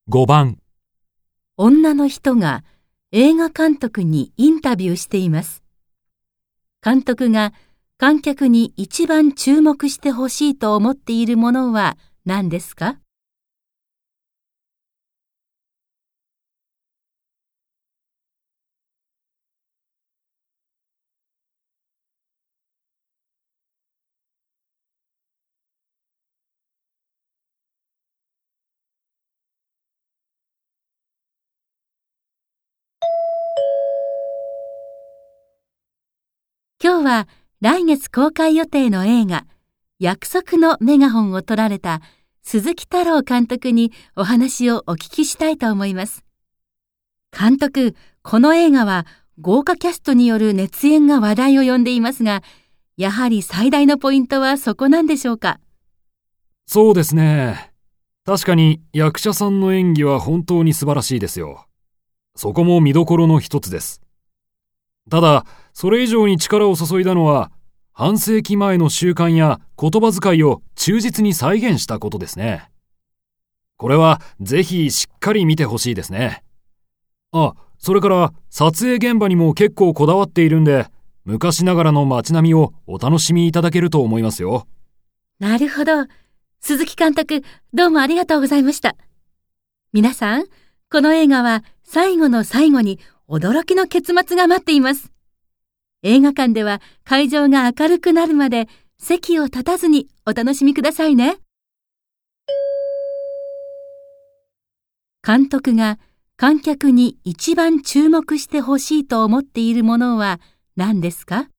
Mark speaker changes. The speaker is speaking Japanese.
Speaker 1: 5番、
Speaker 2: 女の人が映画監督にインタビューしています。監督が観客に一番注目してほしいと思っているものは何ですか？今日は来月公開予定の映画約束のメガホンを撮られた鈴木太郎監督にお話をお聞きしたいと思います。監督、この映画は豪華キャストによる熱演が話題を呼んでいますが、やはり最大のポイントはそこなんでしょうか？
Speaker 1: そうですね。確かに役者さんの演技は本当に素晴らしいですよ。そこも見どころの一つです。ただ、それ以上に力を注いだのは、半世紀前の習慣や言葉遣いを忠実に再現したことですね。これはぜひしっかり見てほしいですね。それから撮影現場にも結構こだわっているんで、昔ながらの街並みをお楽しみいただけると思いますよ。
Speaker 2: なるほど。鈴木監督、どうもありがとうございました。皆さん、この映画は最後の最後に驚きの結末が待っています。映画館では会場が明るくなるまで席を立たずにお楽しみくださいね。監督が観客に一番注目してほしいと思っているものは何ですか？